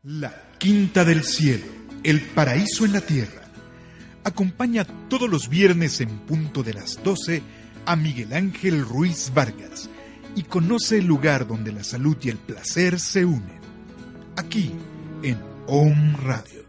La Quinta del Cielo, el paraíso en la tierra. Acompaña todos los viernes en punto de las 12 a Miguel Ángel Ruiz Vargas y conoce el lugar donde la salud y el placer se unen. Aquí, en OM Radio.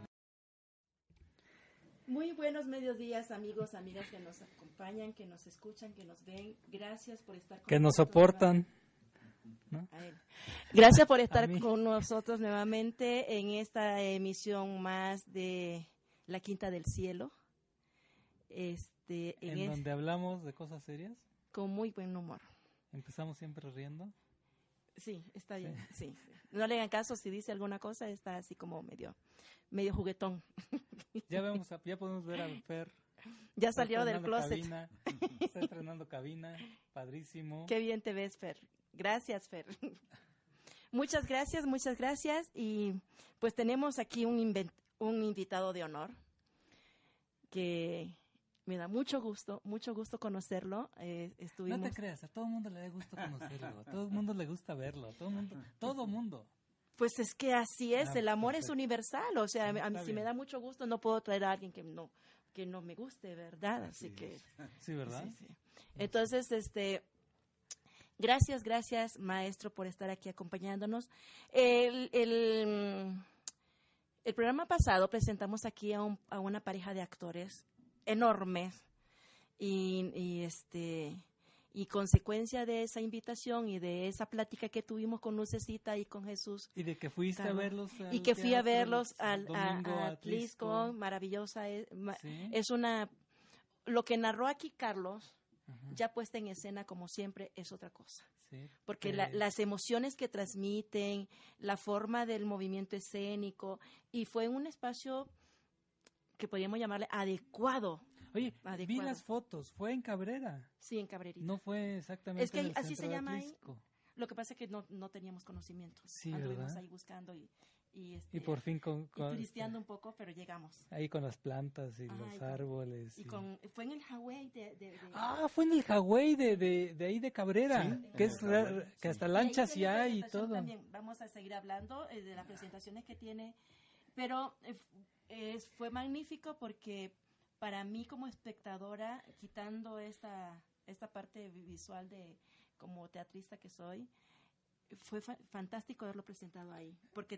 Muy buenos mediodías, amigos, amigas que nos acompañan, que nos escuchan, que nos ven. Gracias por estar con nosotros. Que nos soportan. ¿No? Gracias por estar con nosotros nuevamente en esta emisión más de La Quinta del Cielo. En donde hablamos de cosas serias. Con muy buen humor. Empezamos siempre riendo. Sí, está bien. Sí. No le hagan caso si dice alguna cosa, está así como medio juguetón. Ya podemos ver a Fer. Ya salió del closet. Está estrenando cabina, padrísimo. Qué bien te ves, Fer. Gracias, Fer. Muchas gracias. Y pues tenemos aquí un invitado de honor que me da mucho gusto conocerlo. No te creas, a todo el mundo le da gusto conocerlo, a todo el mundo le gusta verlo, todo mundo. Pues es que así es, el amor es universal, o sea, a mí si me da mucho gusto no puedo traer a alguien que no me guste, ¿verdad? Así que sí, ¿verdad? Sí. Entonces, gracias, maestro, por estar aquí acompañándonos. El programa pasado presentamos aquí a una pareja de actores enormes y consecuencia de esa invitación y de esa plática que tuvimos con Lucecita y con Jesús. Y de que fuiste a verlos. Y que fui a verlos a Atlisco, maravillosa. ¿Sí? Es lo que narró aquí Carlos, ya puesta en escena como siempre, es otra cosa. Sí, porque las emociones que transmiten, la forma del movimiento escénico, y fue un espacio que podríamos llamarle adecuado. Oye, vi las fotos, fue en Cabrera. Sí, en Cabrerita. No fue exactamente es que en el así se llama ahí. Atlisco. Lo que pasa es que no teníamos conocimiento. Sí, anduvimos ¿verdad? ahí buscando y por fin y turisteando un poco, pero llegamos. Ahí con las plantas y los árboles. Fue en el Hawái fue en el Hawái de ahí de Cabrera, ¿sí? Que hasta lanchas y hay y todo. También vamos a seguir hablando de las presentaciones que tiene, pero fue magnífico porque para mí como espectadora, quitando esta parte visual de como teatrista que soy, fue fantástico haberlo presentado ahí, porque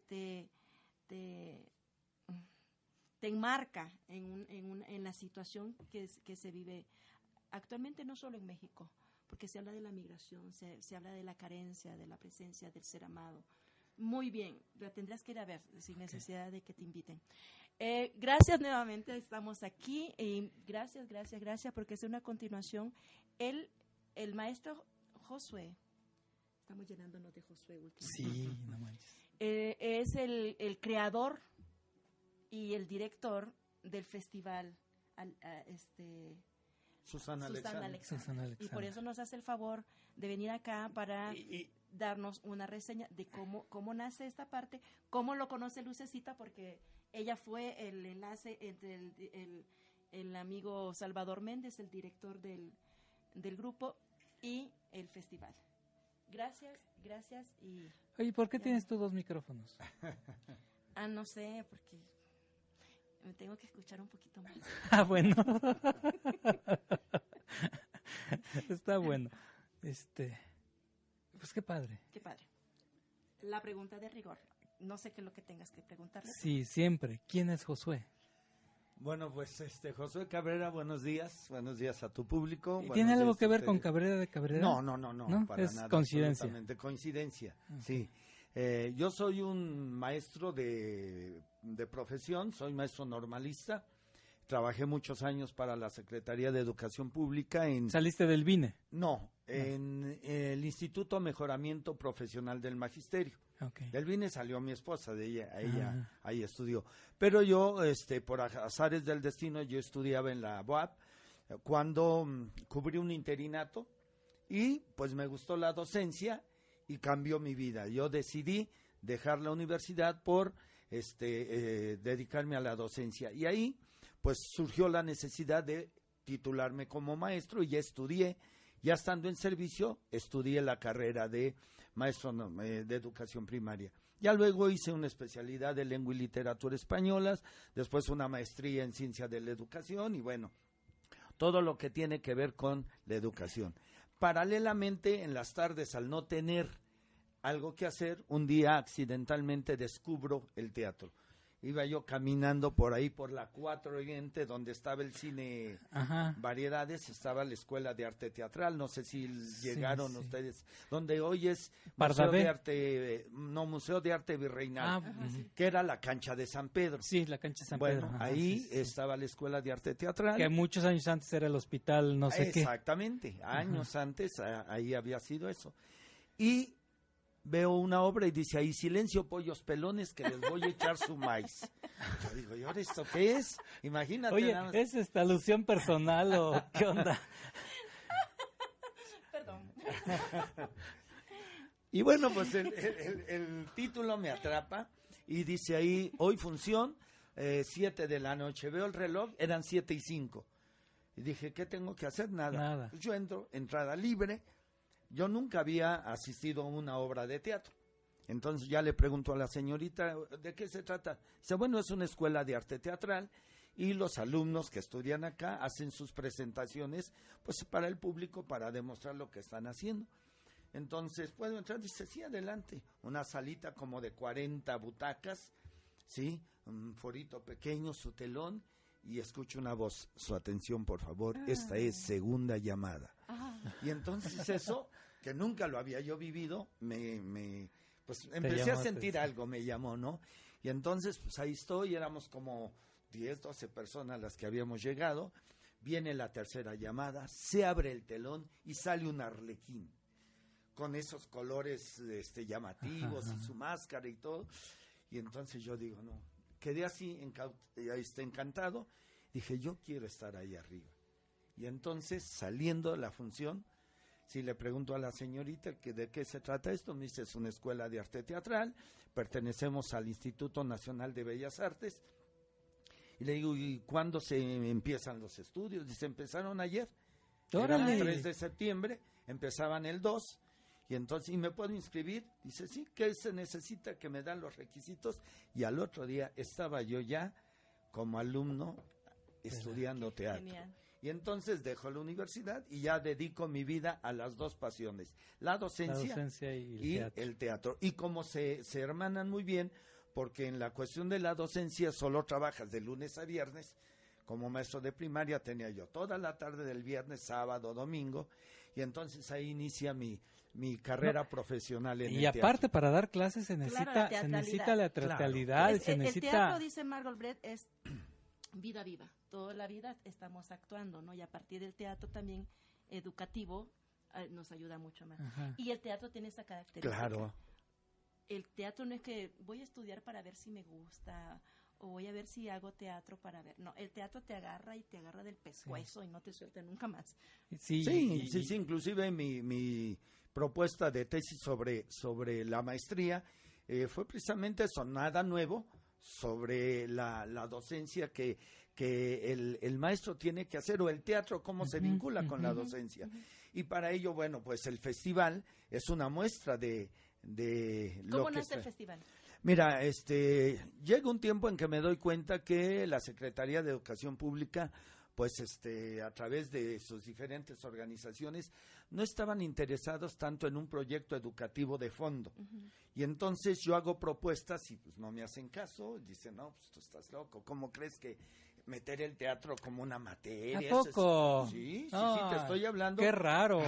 te enmarca en la situación que se vive actualmente, no solo en México, porque se habla de la migración, se habla de la carencia, de la presencia del ser amado. Muy bien, la tendrás que ir a ver sin necesidad de que te inviten. Gracias nuevamente, estamos aquí y gracias porque es una continuación. El maestro Josué, estamos llenándonos de Josué últimamente. Sí, no manches. Es el creador y el director del festival Susana Alexander. Y por eso nos hace el favor de venir acá para darnos una reseña de cómo nace esta parte, cómo lo conoce Lucecita, porque ella fue el enlace entre el amigo Salvador Méndez, el director del grupo, y el festival. Gracias y... Oye, ¿por qué tienes tú 2 micrófonos? No sé, porque me tengo que escuchar un poquito más. Bueno. Está bueno. Pues qué padre. Qué padre. La pregunta de rigor. No sé qué es lo que tengas que preguntarle. Sí, siempre. ¿Quién es Josué? Bueno, pues Josué Cabrera, buenos días a tu público. ¿Tiene algo que ver con Cabrera de Cabrera? No, para es nada. Coincidencia. Absolutamente coincidencia, Okay. Sí. Yo soy un maestro de profesión, soy maestro normalista. Trabajé muchos años para la Secretaría de Educación Pública ¿Saliste del BINE? No, en el Instituto Mejoramiento Profesional del Magisterio. Okay. Del BINE salió mi esposa, ella ahí estudió. Pero yo, por azares del destino, yo estudiaba en la UAP cuando cubrí un interinato y pues me gustó la docencia y cambió mi vida. Yo decidí dejar la universidad por dedicarme a la docencia y ahí pues surgió la necesidad de titularme como maestro y ya estudié Ya estando en servicio, estudié la carrera de maestro de educación primaria. Ya luego hice una especialidad de lengua y literatura españolas, después una maestría en ciencia de la educación y bueno, todo lo que tiene que ver con la educación. Paralelamente, en las tardes, al no tener algo que hacer, un día accidentalmente descubro el teatro. Iba yo caminando por ahí, por la 4 Oriente, donde estaba el cine Variedades, estaba la Escuela de Arte Teatral, no sé si llegaron ustedes, donde hoy es Museo de Arte Virreinal, que era la cancha de San Pedro. Sí, la cancha de San Pedro. Bueno, ahí estaba la Escuela de Arte Teatral. Que muchos años antes era el hospital, no sé qué. Exactamente, años antes, ahí había sido eso. Y veo una obra y dice ahí, silencio pollos pelones que les voy a echar su maíz. Yo digo, ¿y ahora esto qué es? Imagínate. Oye, ¿es esta alusión personal o qué onda? Perdón. Y bueno, pues el título me atrapa y dice ahí, hoy función, 7 de la noche. Veo el reloj, eran 7:05. Y dije, ¿qué tengo que hacer? Nada. Pues yo entro, entrada libre. Yo nunca había asistido a una obra de teatro. Entonces ya le pregunto a la señorita, ¿de qué se trata? Dice, bueno, es una escuela de arte teatral y los alumnos que estudian acá hacen sus presentaciones pues para el público para demostrar lo que están haciendo. Entonces, ¿puedo entrar? Dice, sí, adelante. Una salita como de 40 butacas, ¿sí? Un forito pequeño, su telón, y escucho una voz. Su atención, por favor, esta es segunda llamada. Y entonces eso, que nunca lo había yo vivido, pues empecé a sentir algo, me llamó, ¿no? Y entonces, pues ahí estoy, éramos como 10, 12 personas las que habíamos llegado. Viene la tercera llamada, se abre el telón y sale un arlequín con esos colores llamativos y su máscara y todo. Y entonces yo digo, no, quedé así encantado. Dije, yo quiero estar ahí arriba. Y entonces, saliendo de la función, si le pregunto a la señorita que de qué se trata esto, me dice, es una escuela de arte teatral, pertenecemos al Instituto Nacional de Bellas Artes. Y le digo, ¿y cuándo se empiezan los estudios? Dice, empezaron ayer. Era el 3 de septiembre, empezaban el 2. Y entonces, ¿y me puedo inscribir? Dice, sí, ¿qué se necesita? Que me dan los requisitos. Y al otro día estaba yo ya como alumno estudiando teatro. Genial. Y entonces dejo la universidad y ya dedico mi vida a las dos pasiones, la docencia y el teatro. Y como se hermanan muy bien, porque en la cuestión de la docencia solo trabajas de lunes a viernes. Como maestro de primaria tenía yo toda la tarde del viernes, sábado, domingo, y entonces ahí inicia mi carrera profesional en el teatro. Y aparte, para dar clases se necesita la teatralidad. Claro. El teatro, dice Margot Brett, es vida viva. Toda la vida estamos actuando, ¿no? Y a partir del teatro también educativo nos ayuda mucho más. Ajá. Y el teatro tiene esa característica. Claro. El teatro no es que voy a estudiar para ver si me gusta o voy a ver si hago teatro para ver. No, el teatro te agarra y te agarra del pescuezo y no te suelta nunca más. Sí, inclusive mi propuesta de tesis sobre la maestría fue precisamente eso, nada nuevo sobre la docencia que el maestro tiene que hacer, o el teatro, cómo se vincula con la docencia. Y para ello, bueno, pues el festival es una muestra de lo ¿Cómo que nace el festival? Mira, llega un tiempo en que me doy cuenta que la Secretaría de Educación Pública, pues a través de sus diferentes organizaciones, no estaban interesados tanto en un proyecto educativo de fondo. Y entonces yo hago propuestas y pues no me hacen caso, dicen, no, pues tú estás loco, ¿cómo crees que meter el teatro como una materia? ¿A poco? Sí, te estoy hablando. ¡Qué raro!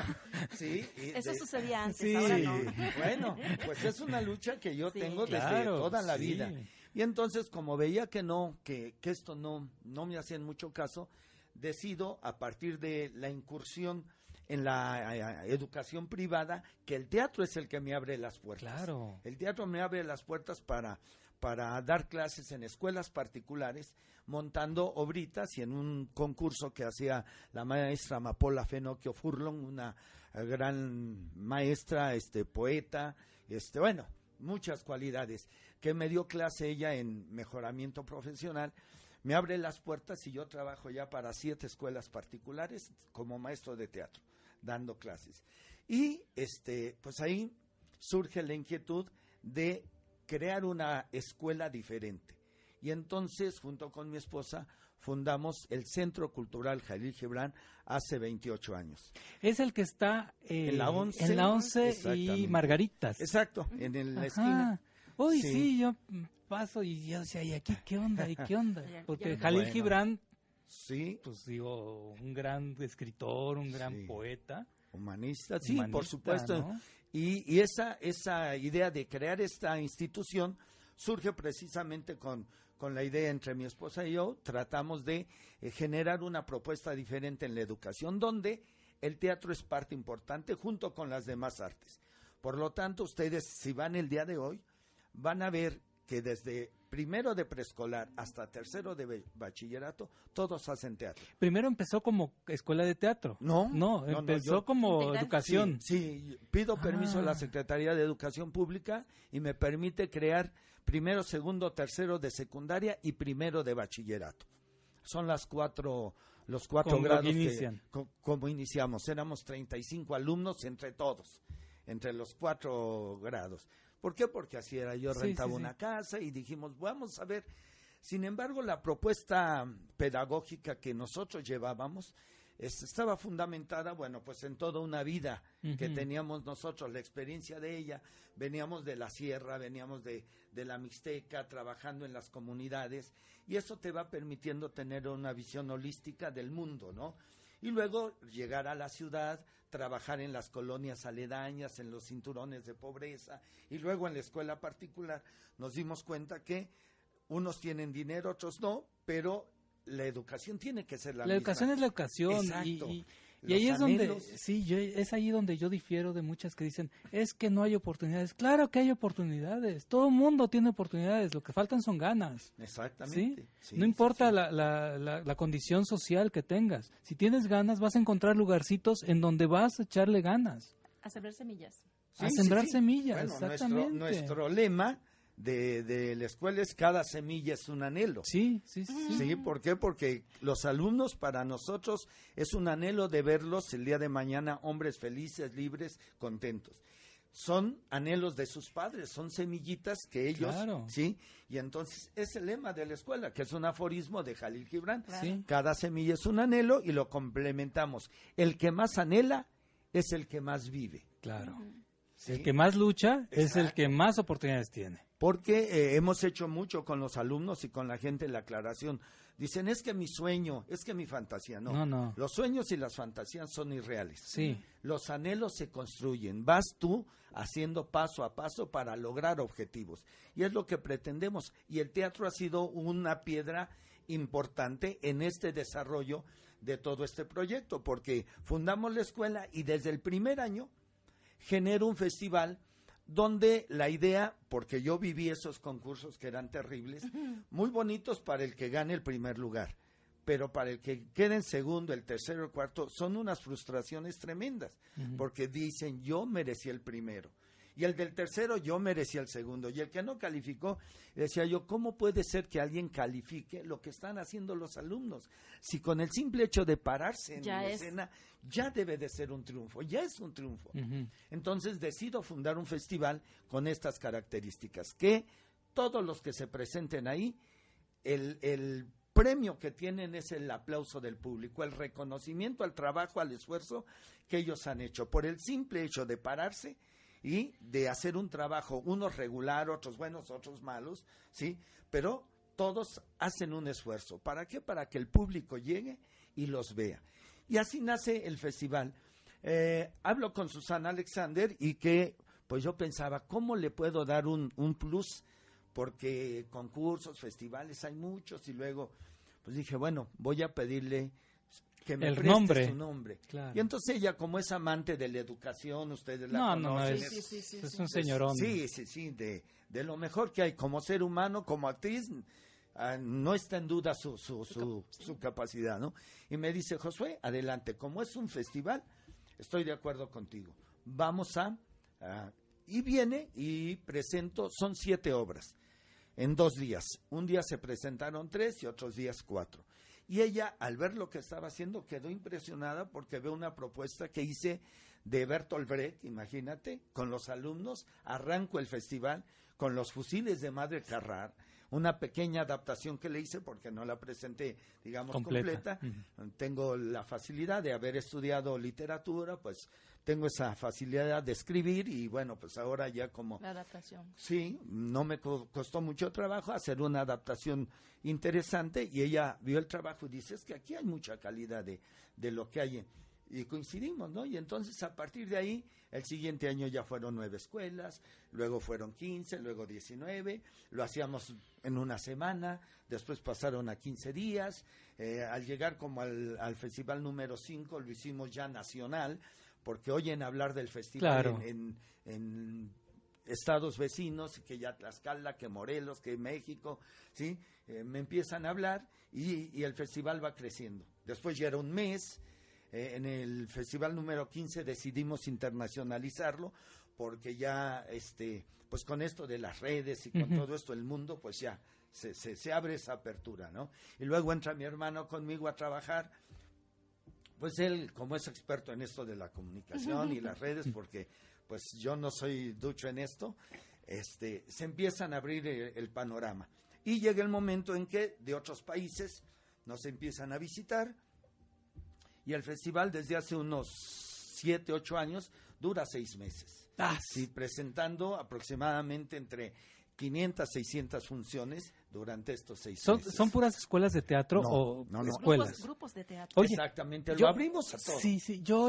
Sí. Eso sucedía antes, ahora no. Bueno, pues es una lucha que yo tengo desde toda la vida. Y entonces, como veía que esto no me hacían mucho caso, decido, a partir de la incursión en la educación privada, que el teatro es el que me abre las puertas. Claro. El teatro me abre las puertas para dar clases en escuelas particulares, montando obritas, y en un concurso que hacía la maestra Amapola Fenocchio Furlong, una gran maestra, poeta, bueno, muchas cualidades, que me dio clase ella en mejoramiento profesional. Me abre las puertas y yo trabajo ya para 7 escuelas particulares como maestro de teatro, dando clases. Y pues ahí surge la inquietud de crear una escuela diferente. Y entonces, junto con mi esposa, fundamos el Centro Cultural Jalil Gibran hace 28 años. Es el que está en la 11, en la 11 y Margaritas. Exacto, en la esquina. Uy, sí, yo paso y yo decía, ¿y aquí qué onda? ¿Y qué onda? Porque Jalil Gibran, sí, pues digo, un gran escritor, un gran poeta. Humanista, sí, por supuesto. ¿No? Y esa idea de crear esta institución surge precisamente con la idea entre mi esposa y yo. Tratamos de generar una propuesta diferente en la educación, donde el teatro es parte importante junto con las demás artes. Por lo tanto, ustedes, si van el día de hoy, van a ver que desde primero de preescolar hasta tercero de bachillerato, todos hacen teatro. Primero empezó como escuela de teatro. No, empezó como educación. Sí, pido permiso a la Secretaría de Educación Pública y me permite crear primero, segundo, tercero de secundaria y primero de bachillerato. Son los cuatro grados inician. Como iniciamos. Éramos 35 alumnos entre todos, entre los 4 grados. ¿Por qué? Porque así era. Yo rentaba una casa y dijimos, vamos a ver. Sin embargo, la propuesta pedagógica que nosotros llevábamos estaba fundamentada, bueno, pues en toda una vida que teníamos nosotros, la experiencia de ella. Veníamos de la sierra, veníamos de la Mixteca, trabajando en las comunidades, y eso te va permitiendo tener una visión holística del mundo, ¿no? Y luego llegar a la ciudad, trabajar en las colonias aledañas, en los cinturones de pobreza, y luego en la escuela particular nos dimos cuenta que unos tienen dinero, otros no, pero la educación tiene que ser la misma. La educación es la educación. Exacto. Y ahí es donde, es ahí donde yo difiero de muchas que dicen, es que no hay oportunidades. Claro que hay oportunidades, todo el mundo tiene oportunidades, lo que faltan son ganas. Exactamente. ¿Sí? No importa la condición social que tengas, si tienes ganas vas a encontrar lugarcitos en donde vas a echarle ganas. A sembrar semillas. Semillas, bueno, exactamente. Nuestro lema de la escuela es: cada semilla es un anhelo. Sí. Sí, ¿por qué? Porque los alumnos, para nosotros, es un anhelo de verlos el día de mañana hombres felices, libres, contentos. Son anhelos de sus padres, son semillitas que ellos, ¿sí? Y entonces es el lema de la escuela, que es un aforismo de Jalil Gibran. Claro. Cada semilla es un anhelo y lo complementamos. El que más anhela es el que más vive. Claro. ¿Sí? El que más lucha es el que más oportunidades tiene. Porque hemos hecho mucho con los alumnos y con la gente la aclaración. Dicen, es que mi sueño, es que mi fantasía. No. Los sueños y las fantasías son irreales. Sí. Los anhelos se construyen. Vas tú haciendo paso a paso para lograr objetivos. Y es lo que pretendemos. Y el teatro ha sido una piedra importante en este desarrollo de todo este proyecto, porque fundamos la escuela y desde el primer año genero un festival donde la idea, porque yo viví esos concursos que eran terribles, muy bonitos para el que gane el primer lugar, pero para el que quede en segundo, el tercero, el cuarto, son unas frustraciones tremendas, porque dicen, yo merecí el primero, y el del tercero, yo merecía el segundo, y el que no calificó, decía yo, ¿cómo puede ser que alguien califique lo que están haciendo los alumnos? Si con el simple hecho de pararse en la escena, ya debe de ser un triunfo, ya es un triunfo. Entonces decido fundar un festival con estas características, que todos los que se presenten ahí, el premio que tienen es el aplauso del público, el reconocimiento al trabajo, al esfuerzo que ellos han hecho, por el simple hecho de pararse y de hacer un trabajo, unos regular, otros buenos, otros malos, ¿sí? Pero todos hacen un esfuerzo. ¿Para qué? Para que el público llegue y los vea. Y así nace el festival. Hablo con Susana Alexander y que, pues yo pensaba, ¿cómo le puedo dar un plus? Porque concursos, festivales hay muchos, y luego, pues dije, bueno, voy a pedirle que me preste su nombre. Claro. Y entonces ella, como es amante de la educación, ustedes la conocen. Es un señorón. Sí, de lo mejor que hay como ser humano, como actriz, no está en duda su capacidad, ¿no? Y me dice, Josué, adelante, como es un festival, estoy de acuerdo contigo. Vamos y viene y presento, son 7 obras en 2 días. Un día se presentaron 3 y otros días 4. Y ella, al ver lo que estaba haciendo, quedó impresionada porque ve una propuesta que hice de Bertolt Brecht, imagínate, con los alumnos, arranco el festival con los fusiles de Madre Carrar, una pequeña adaptación que le hice porque no la presenté, digamos, completa. Tengo la facilidad de haber estudiado literatura, pues tengo esa facilidad de escribir y bueno, pues ahora ya como... La adaptación. Sí, no me costó mucho trabajo hacer una adaptación interesante y ella vio el trabajo y dice, es que aquí hay mucha calidad de lo que hay. Y coincidimos, ¿no? Y entonces a partir de ahí, el siguiente año ya fueron 9 escuelas, luego fueron 15, luego 19, lo hacíamos en una semana, después pasaron a 15 días, al llegar como al festival número 5 lo hicimos ya nacional, porque oyen hablar del festival claro. en estados vecinos, que ya Tlaxcala, que Morelos, que México, ¿sí? Me empiezan a hablar y el festival va creciendo. Después ya era un mes. En el festival número 15 decidimos internacionalizarlo porque ya pues con esto de las redes y con todo esto el mundo pues ya se abre esa apertura, ¿no? Y luego entra mi hermano conmigo a trabajar, pues él como es experto en esto de la comunicación y las redes, porque pues yo no soy ducho en esto, se empiezan a abrir el panorama y llega el momento en que de otros países nos empiezan a visitar. Y el festival desde hace unos 7, 8 años dura 6 meses. Sí, presentando aproximadamente entre 500, 600 funciones durante estos 6 meses. ¿Son puras escuelas de teatro o escuelas? Grupos de teatro. Oye, exactamente, lo abrimos a todos. Sí, yo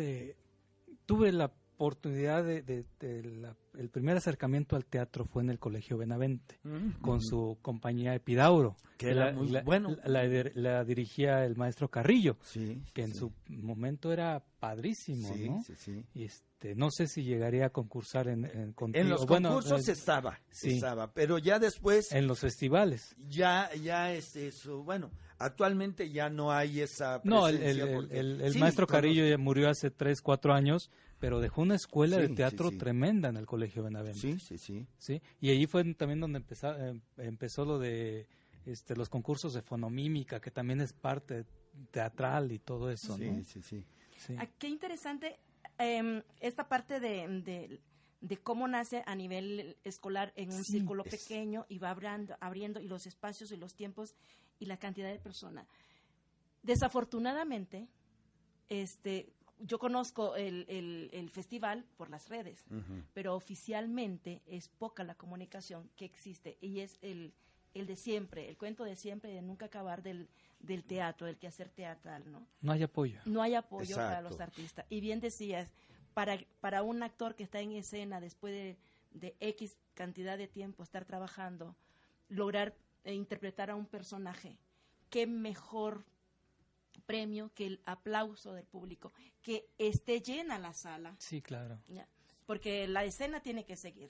tuve la oportunidad el primer acercamiento al teatro fue en el Colegio Benavente, con su compañía Epidauro, que era muy bueno. La dirigía el maestro Carrillo, que en sí. su momento era padrísimo, sí, ¿no? Sí. Y no sé si llegaría a concursar en los concursos estaba, pero ya después en los festivales. Ya bueno, actualmente ya no hay esa presencia. No, el maestro Carrillo ya murió hace 3, 4 años, pero dejó una escuela de teatro tremenda en el Colegio Benavente. Sí. Y allí fue también donde empezó lo de los concursos de fonomímica, que también es parte teatral y todo eso, ¿no? Sí. Qué interesante esta parte de cómo nace a nivel escolar en un círculo pequeño y va abriendo y los espacios y los tiempos y la cantidad de personas. Desafortunadamente, yo conozco el festival por las redes, pero oficialmente es poca la comunicación que existe y es el de siempre, el cuento de siempre de nunca acabar del teatro, del quehacer teatral, ¿no? No hay apoyo. No hay apoyo Exacto. para los artistas. Y bien decías, para un actor que está en escena después de X cantidad de tiempo estar trabajando, lograr interpretar a un personaje, qué mejor premio que el aplauso del público, que esté llena la sala. Sí, claro. ¿Ya? Porque la escena tiene que seguir.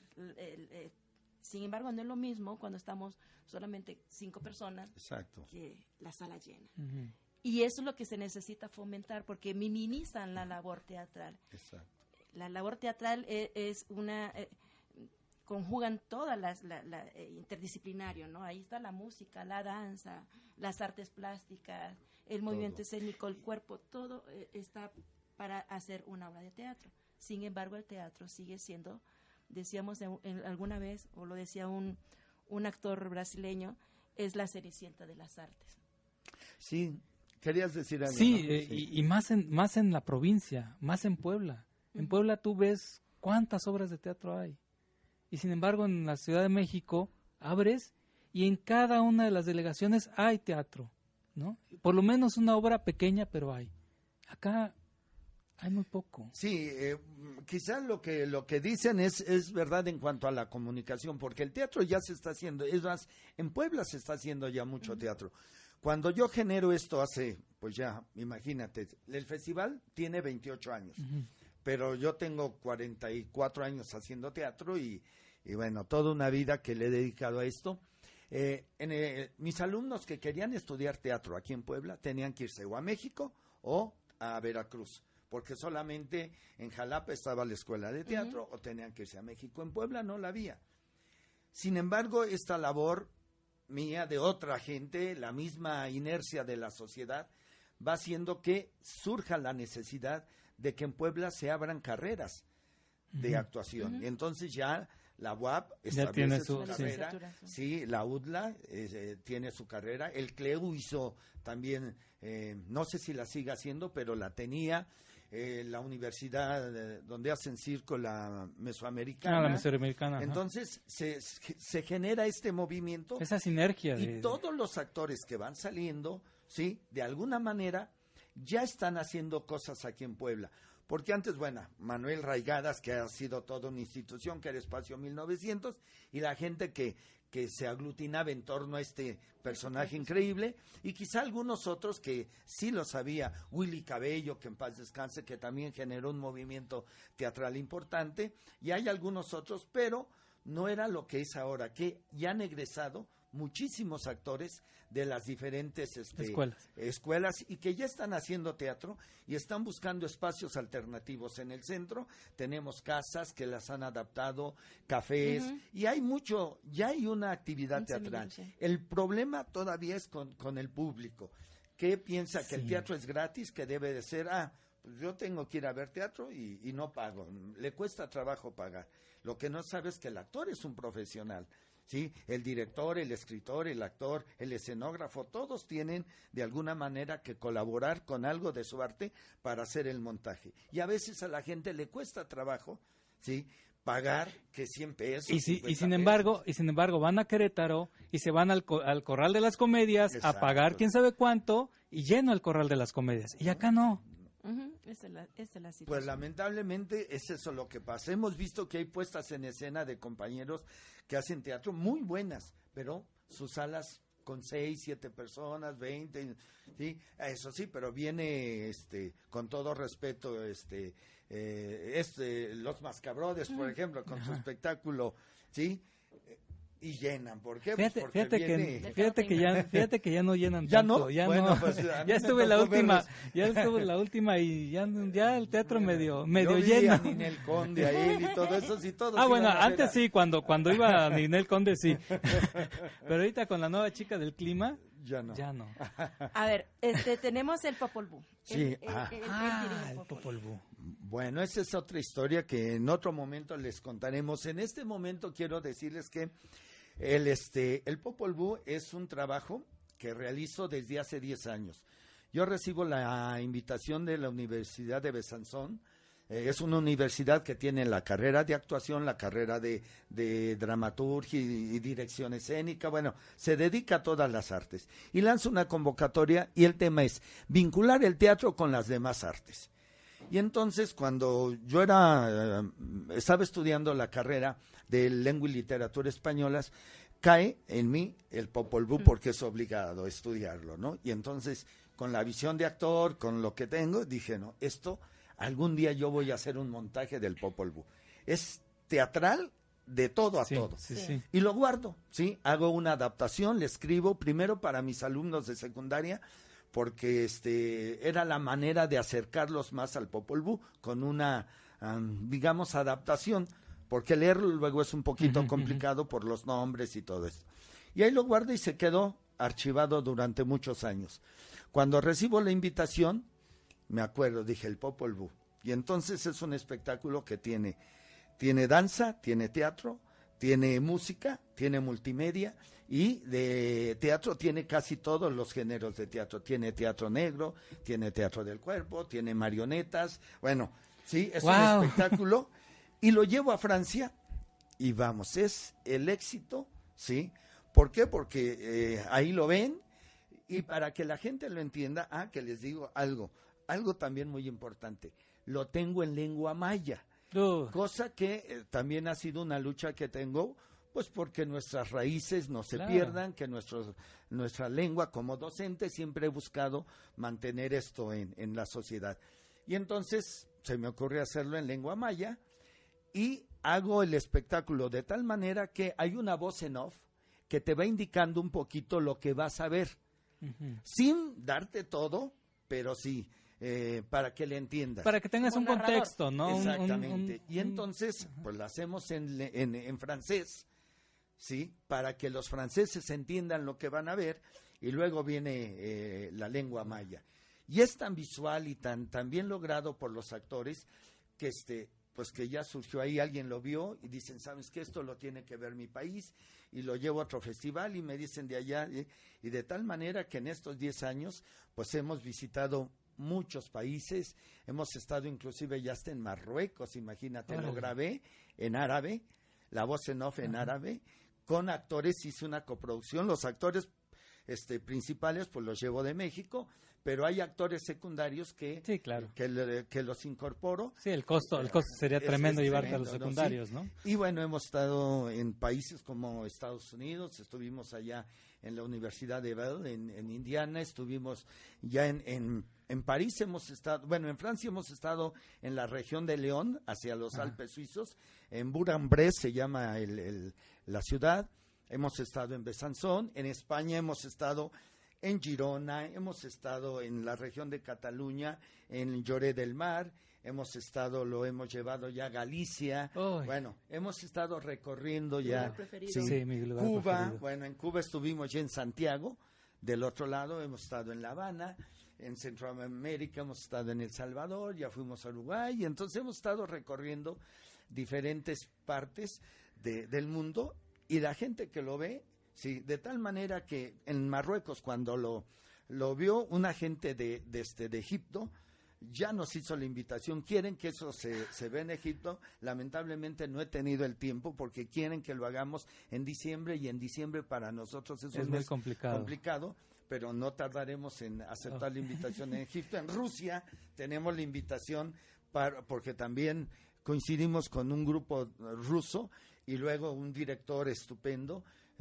Sin embargo, no es lo mismo cuando estamos solamente 5 personas que la sala llena. Y eso es lo que se necesita fomentar, porque minimizan la labor teatral. Exacto. La labor teatral es una... conjugan todas las interdisciplinario, ¿no? Ahí está la música, la danza, las artes plásticas, el movimiento escénico, el cuerpo, todo está para hacer una obra de teatro. Sin embargo, el teatro sigue siendo, decíamos alguna vez, o lo decía un actor brasileño, es la Cenicienta de las artes. Sí, querías decir algo. Sí, ¿no? y más en la provincia, más en Puebla. En Puebla tú ves cuántas obras de teatro hay. Y sin embargo, en la Ciudad de México abres y en cada una de las delegaciones hay teatro, ¿no? Por lo menos una obra pequeña, pero hay. Acá hay muy poco. Sí, quizás lo que dicen es verdad en cuanto a la comunicación, porque el teatro ya se está haciendo, es más, en Puebla se está haciendo ya mucho teatro. Cuando yo genero esto hace, pues ya, imagínate, el festival tiene 28 años. Pero yo tengo 44 años haciendo teatro y bueno, toda una vida que le he dedicado a esto. Mis alumnos que querían estudiar teatro aquí en Puebla tenían que irse o a México o a Veracruz, porque solamente en Jalapa estaba la escuela de teatro o tenían que irse a México. En Puebla no la había. Sin embargo, esta labor mía, de otra gente, la misma inercia de la sociedad, va haciendo que surja la necesidad de que en Puebla se abran carreras de actuación. Y entonces ya la UAP establece su carrera, sí, la UDLA tiene su carrera, el CLEU hizo también, no sé si la sigue haciendo, pero la tenía, la universidad donde hacen circo, la Mesoamericana. La Mesoamericana. Entonces se genera este movimiento. Esa sinergia. Y todos los actores que van saliendo, sí, de alguna manera ya están haciendo cosas aquí en Puebla. Porque antes, bueno, Manuel Raigadas, que ha sido toda una institución, que era Espacio 1900, y la gente que se aglutinaba en torno a este personaje increíble, y quizá algunos otros que sí lo sabía, Willy Cabello, que en paz descanse, que también generó un movimiento teatral importante, y hay algunos otros, pero no era lo que es ahora, que ya han egresado muchísimos actores de las diferentes escuelas y que ya están haciendo teatro y están buscando espacios alternativos en el centro. Tenemos casas que las han adaptado, cafés, y hay mucho, ya hay una actividad teatral. El problema todavía es con el público, que piensa que el teatro es gratis, que debe de ser, pues yo tengo que ir a ver teatro y no pago, le cuesta trabajo pagar. Lo que no sabe es que el actor es un profesional. Sí, el director, el escritor, el actor, el escenógrafo, todos tienen de alguna manera que colaborar con algo de su arte para hacer el montaje. Y a veces a la gente le cuesta trabajo, sí, pagar que 100 pesos. Y sin embargo van a Querétaro y se van al Corral de las Comedias. Exacto. A pagar quién sabe cuánto y lleno el Corral de las Comedias. Y acá no. Esa es la situación. Pues lamentablemente es eso lo que pasa. Hemos visto que hay puestas en escena de compañeros que hacen teatro muy buenas, pero sus salas con 6, 7 personas, 20, sí, eso sí, pero viene con todo respeto Los Mascabrothers, por ejemplo, con su espectáculo, sí, y llenan. ¿Por qué? Fíjate que ya no llenan ¿Ya tanto. no? Ya bueno, no. Pues, ya estuve la última y ya el teatro medio yo lleno. A Ninel Conde, a él y todo eso, sí, todos. Bueno, antes sí, cuando iba a Ninel Conde sí. Pero ahorita con la nueva chica del clima, ya no. A ver, tenemos el Popol Vuh. Sí. El Popol Vuh. Bueno, esa es otra historia que en otro momento les contaremos. En este momento quiero decirles que el Popol Vuh es un trabajo que realizo desde hace 10 años. Yo recibo la invitación de la Universidad de Besanzón. Es una universidad que tiene la carrera de actuación, la carrera de dramaturgia y dirección escénica. Bueno, se dedica a todas las artes. Y lanza una convocatoria y el tema es vincular el teatro con las demás artes. Y entonces cuando yo estaba estudiando la carrera de lengua y literatura españolas, cae en mí el Popol Vuh porque es obligado estudiarlo, ¿no? Y entonces con la visión de actor, con lo que tengo, dije, no, esto algún día yo voy a hacer un montaje del Popol Vuh. Es teatral de todo a todo. Sí. Y lo guardo, ¿sí? Hago una adaptación, le escribo primero para mis alumnos de secundaria, porque era la manera de acercarlos más al Popol Vuh con una, digamos, adaptación, porque leerlo luego es un poquito complicado por los nombres y todo esto. Y ahí lo guardo y se quedó archivado durante muchos años. Cuando recibo la invitación, me acuerdo, dije, el Popol Vuh. Y entonces es un espectáculo que tiene danza, tiene teatro, tiene música, tiene multimedia, y de teatro tiene casi todos los géneros de teatro. Tiene teatro negro, tiene teatro del cuerpo, tiene marionetas. Bueno, sí, es un espectáculo. Y lo llevo a Francia y vamos, es el éxito, ¿sí? ¿Por qué? Porque ahí lo ven y para que la gente lo entienda, que les digo algo también muy importante, lo tengo en lengua maya, cosa que también ha sido una lucha que tengo, pues porque nuestras raíces no se pierdan, que nuestra lengua como docente siempre he buscado mantener esto en la sociedad. Y entonces se me ocurre hacerlo en lengua maya y hago el espectáculo de tal manera que hay una voz en off que te va indicando un poquito lo que vas a ver, sin darte todo, pero sí, para que le entiendas. Para que tengas un contexto, ¿no? Exactamente. Y entonces, pues lo hacemos en francés, ¿sí? Para que los franceses entiendan lo que van a ver, y luego viene la lengua maya. Y es tan visual y tan bien logrado por los actores que pues que ya surgió ahí, alguien lo vio y dicen, ¿sabes qué? Esto lo tiene que ver mi país, y lo llevo a otro festival y me dicen de allá, y de tal manera que en estos 10 años pues hemos visitado muchos países, hemos estado inclusive ya hasta en Marruecos, imagínate, lo grabé en árabe, la voz en off en árabe, con actores, hice una coproducción, los actores principales pues los llevo de México, pero hay actores secundarios que los incorporo. Sí, el costo sería tremendo llevarte tremendo, a los secundarios, ¿no? Y bueno, hemos estado en países como Estados Unidos, estuvimos allá en la Universidad de Bell, en Indiana, estuvimos ya en París, hemos estado, bueno, en Francia hemos estado en la región de León, hacia los Alpes suizos, en Bourg-en-Bresse se llama la ciudad, hemos estado en Besançon, en España hemos estado en Girona, hemos estado en la región de Cataluña, en Lloret del Mar, lo hemos llevado ya a Galicia, bueno, hemos estado recorriendo ya Cuba, bueno, en Cuba estuvimos ya en Santiago, del otro lado hemos estado en La Habana, en Centroamérica hemos estado en El Salvador, ya fuimos a Uruguay, y entonces hemos estado recorriendo diferentes partes del mundo, y la gente que lo ve, sí, de tal manera que en Marruecos, cuando lo vio una gente de Egipto, ya nos hizo la invitación, quieren que eso se vea en Egipto, lamentablemente no he tenido el tiempo porque quieren que lo hagamos en diciembre, y en diciembre para nosotros eso es muy complicado, pero no tardaremos en aceptar la invitación en Egipto. En Rusia tenemos la invitación porque también coincidimos con un grupo ruso y luego un director estupendo,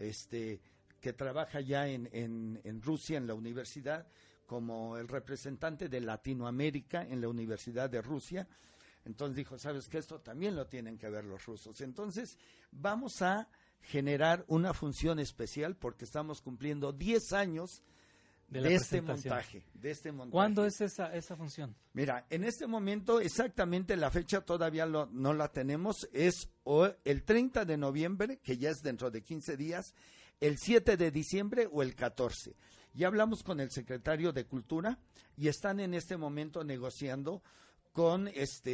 que trabaja ya en Rusia, en la universidad, como el representante de Latinoamérica en la Universidad de Rusia. Entonces dijo, ¿sabes qué? Esto también lo tienen que ver los rusos. Entonces vamos a generar una función especial porque estamos cumpliendo 10 años de este montaje. ¿Cuándo es esa función? Mira, en este momento exactamente la fecha todavía no la tenemos, es el 30 de noviembre, que ya es dentro de 15 días, el 7 de diciembre o el 14. Ya hablamos con el secretario de Cultura y están en este momento negociando con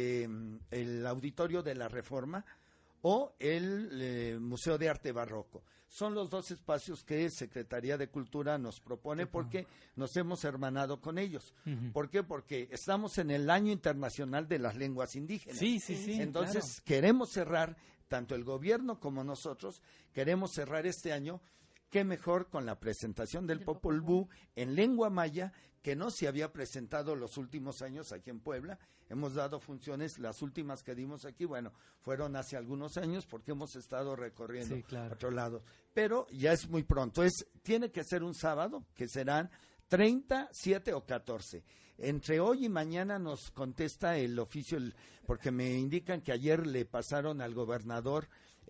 el Auditorio de la Reforma o el Museo de Arte Barroco. Son los dos espacios que Secretaría de Cultura nos propone porque nos hemos hermanado con ellos. ¿Por qué? Porque estamos en el Año Internacional de las Lenguas Indígenas. Sí. Entonces queremos cerrar, tanto el gobierno como nosotros, queremos cerrar este año, qué mejor con la presentación del Popol Vuh en lengua maya, que no se había presentado los últimos años aquí en Puebla. Hemos dado funciones, las últimas que dimos aquí, bueno, fueron hace algunos años porque hemos estado recorriendo otro lado. Pero ya es muy pronto, tiene que ser un sábado, que serán 30, 7 o 14. Entre hoy y mañana nos contesta el oficio, porque me indican que ayer le pasaron al gobernador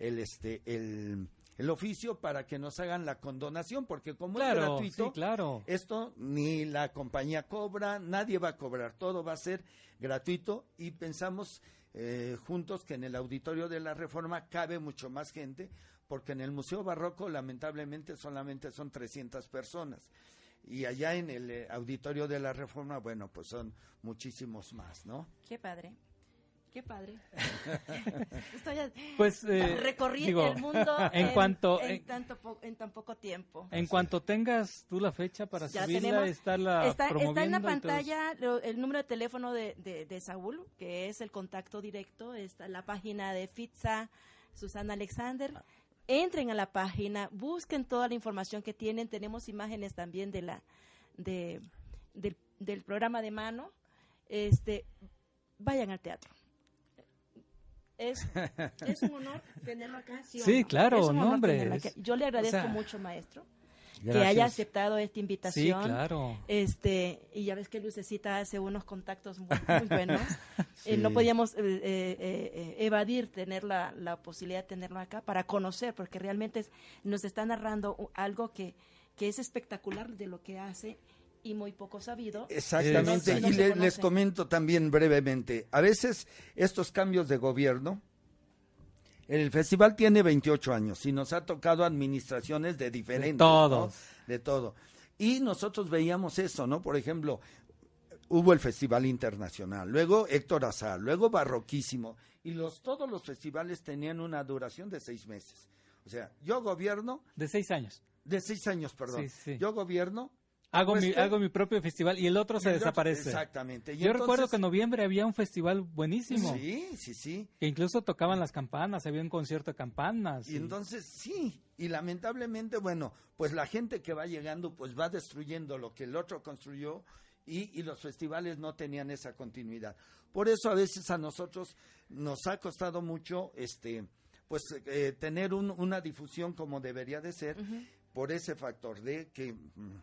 el oficio para que nos hagan la condonación, porque como es gratuito, esto ni la compañía cobra, nadie va a cobrar, todo va a ser gratuito, y pensamos juntos que en el Auditorio de la Reforma cabe mucho más gente, porque en el Museo Barroco lamentablemente solamente son 300 personas, y allá en el Auditorio de la Reforma, bueno, pues son muchísimos más, ¿no? Qué padre. Qué padre. Estoy recorriendo el mundo en tan poco tiempo. En cuanto tengas tú la fecha para subirla, está en la pantalla el número de teléfono de Saúl, que es el contacto directo, está la página de FITSA, Susana Alexander. Entren a la página, busquen toda la información que tienen, tenemos imágenes también del programa de mano. Vayan al teatro. Es un honor tenerlo acá. Sí, claro, hombre. Yo le agradezco mucho, maestro, que haya aceptado esta invitación. Sí, claro. Y ya ves que Lucecita hace unos contactos muy buenos. No podíamos evadir tener la posibilidad de tenerlo acá para conocer, porque realmente nos está narrando algo que es espectacular de lo que hace y muy poco sabido. Exactamente, y les comento también brevemente, a veces estos cambios de gobierno el festival tiene 28 años y nos ha tocado administraciones de diferentes. De todos. ¿no? De todo. Y nosotros veíamos eso, ¿no? Por ejemplo, hubo el Festival Internacional, luego Héctor Azar, luego Barroquísimo, y todos los festivales tenían una duración de 6 meses. O sea, yo gobierno... De 6 años. De 6 años, perdón. Sí. Yo gobierno... Hago mi propio festival y el otro se desaparece. Exactamente. Yo recuerdo que en noviembre había un festival buenísimo. Sí. Que incluso tocaban las campanas, había un concierto de campanas. Y entonces, sí, y lamentablemente, bueno, pues la gente que va llegando, pues va destruyendo lo que el otro construyó y los festivales no tenían esa continuidad. Por eso a veces a nosotros nos ha costado mucho, tener una difusión como debería de ser, por ese factor de que...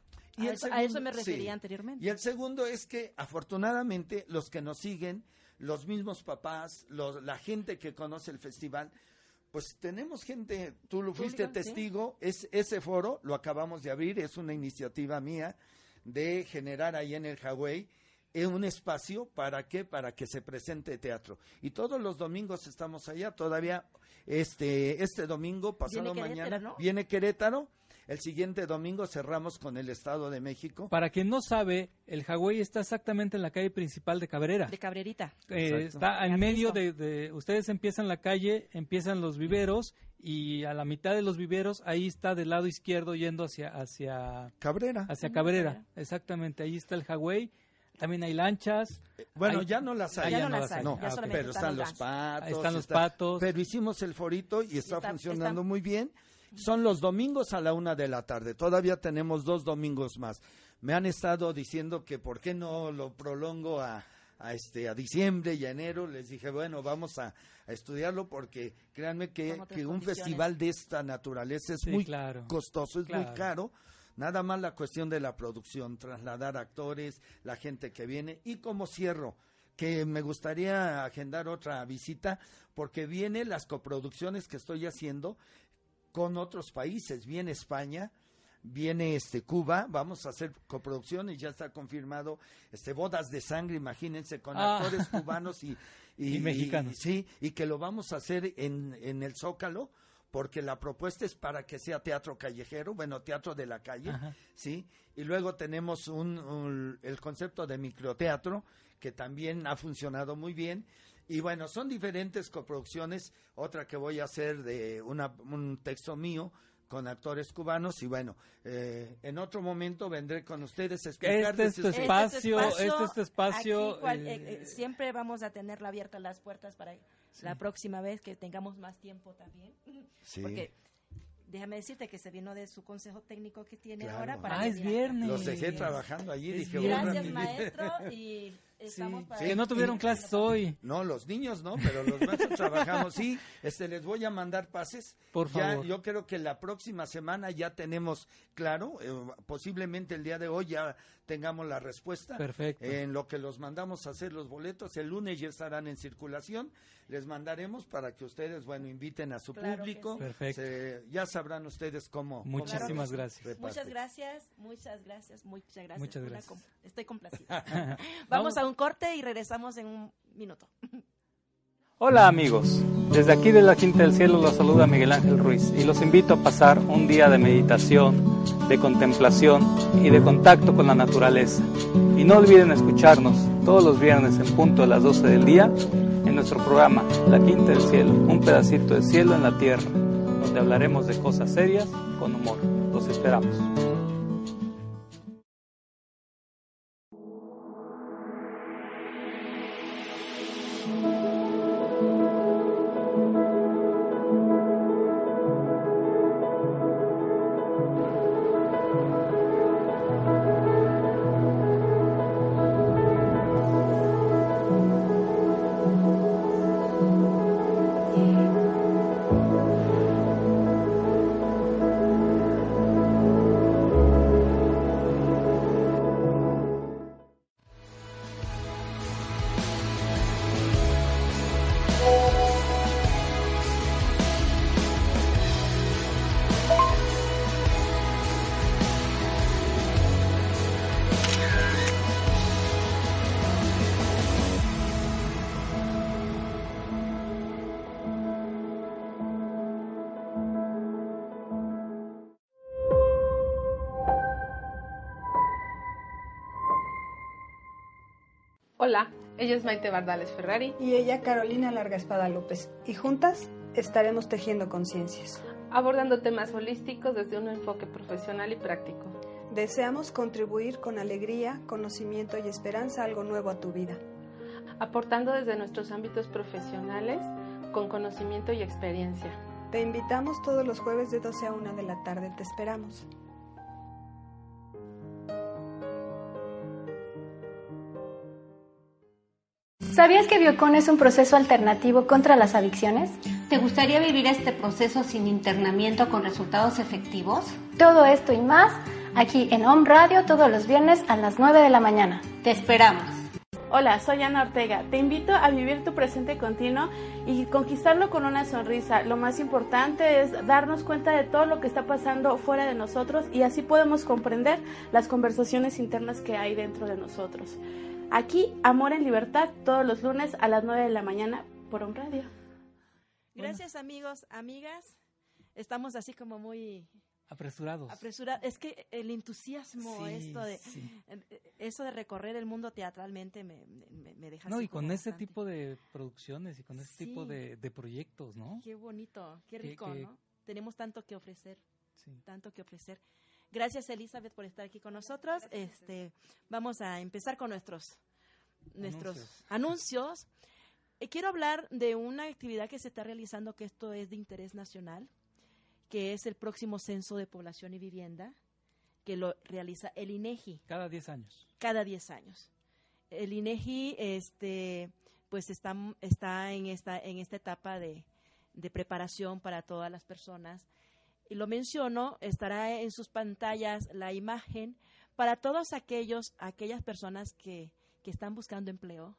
A eso me refería anteriormente. Y el segundo es que afortunadamente los que nos siguen, los mismos papás, la gente que conoce el festival, pues tenemos gente, tú lo fuiste testigo, ese foro lo acabamos de abrir, es una iniciativa mía de generar ahí en el Hawái un espacio, ¿para qué? Para que se presente teatro. Y todos los domingos estamos allá, todavía este domingo, pasado mañana, ¿no? Viene Querétaro. El siguiente domingo cerramos con el Estado de México. Para quien no sabe, el Hawái está exactamente en la calle principal de Cabrera. De Cabrerita. Está en medio ustedes empiezan la calle, empiezan los viveros y a la mitad de los viveros, ahí está del lado izquierdo yendo hacia Cabrera. Hacia Cabrera, exactamente, ahí está el Hawái. También hay lanchas. Bueno, ya no las hay. Ya no las hay. No, pero están los patos. Ahí están los patos. Pero hicimos el forito y está funcionando muy bien. Son los domingos a la 1:00 p.m. Todavía tenemos 2 domingos más. Me han estado diciendo que por qué no lo prolongo a diciembre y a enero. Les dije, bueno, vamos a estudiarlo porque créanme que un festival de esta naturaleza es muy costoso, es muy caro. Nada más la cuestión de la producción, trasladar actores, la gente que viene. Y como cierro, que me gustaría agendar otra visita porque vienen las coproducciones que estoy haciendo con otros países. Viene España, viene Cuba, vamos a hacer coproducciones, ya está confirmado Bodas de Sangre, imagínense, con actores cubanos y mexicanos. Y que lo vamos a hacer en el Zócalo, porque la propuesta es para que sea teatro callejero, bueno, teatro de la calle, ¿sí? Y luego tenemos el concepto de microteatro, que también ha funcionado muy bien. Y bueno, son diferentes coproducciones, otra que voy a hacer de un texto mío con actores cubanos y bueno, en otro momento vendré con ustedes a explicar. Este es tu espacio. Aquí, siempre vamos a tener abiertas las puertas para la próxima vez que tengamos más tiempo también. Sí. Porque déjame decirte que se vino de su consejo técnico que tiene ahora para es viernes. Los dejé trabajando allí. Dije, gracias, maestro, y estamos para... Que no tuvieron clases hoy. No, los niños no, pero los maestros trabajamos. Sí, les voy a mandar pases. Por favor. Yo creo que la próxima semana ya tenemos claro, posiblemente el día de hoy ya tengamos la respuesta. Perfecto. En lo que los mandamos a hacer los boletos, el lunes ya estarán en circulación. Les mandaremos para que ustedes, inviten a su público. Perfecto. Ya sabrán ustedes cómo. Muchísimas gracias. Muchas gracias. Muchas gracias. Estoy complacida. Vamos a un corte y regresamos en un minuto. Hola amigos, desde aquí de la Quinta del Cielo los saluda Miguel Ángel Ruiz y los invito a pasar un día de meditación, de contemplación y de contacto con la naturaleza. Y no olviden escucharnos todos los viernes en punto de las 12 del día en nuestro programa La Quinta del Cielo, un pedacito de cielo en la tierra, donde hablaremos de cosas serias con humor. Los esperamos. Hola, ella es Maite Bardales Ferrari. Y ella Carolina Larga Espada López. Y juntas estaremos tejiendo conciencias, Abordando temas holísticos desde un enfoque profesional y práctico. Deseamos contribuir con alegría, conocimiento y esperanza algo nuevo a tu vida. Aportando desde nuestros ámbitos profesionales con conocimiento y experiencia. Te invitamos todos los jueves de 12 a 1 de la tarde. Te esperamos. ¿Sabías que Biocon es un proceso alternativo contra las adicciones? ¿Te gustaría vivir este proceso sin internamiento con resultados efectivos? Todo esto y más aquí en Home Radio todos los viernes a las 9 de la mañana. Te esperamos. Hola, soy Ana Ortega. Te invito a vivir tu presente continuo y conquistarlo con una sonrisa. Lo más importante es darnos cuenta de todo lo que está pasando fuera de nosotros y así podemos comprender las conversaciones internas que hay dentro de nosotros. Aquí, Amor en Libertad, todos los lunes a las 9 de la mañana por Home Radio. Gracias, amigos, amigas. Estamos así como muy apresurados. Es que el entusiasmo, eso de recorrer el mundo teatralmente me deja. No, así y con como ese bastante. tipo de producciones y con ese tipo de proyectos, ¿no? Qué bonito, qué rico, que, ¿no? Tenemos tanto que ofrecer, sí. tanto que ofrecer. Gracias, Elizabeth, por estar aquí con nosotros. Vamos a empezar con nuestros anuncios. Quiero hablar de una actividad que se está realizando, que esto es de interés nacional, que es el próximo Censo de Población y Vivienda, que lo realiza el INEGI. Cada 10 años. Cada 10 años. El INEGI pues está en esta etapa de preparación para todas las personas. Y lo menciono, estará en sus pantallas la imagen para todas aquellas personas que están buscando empleo.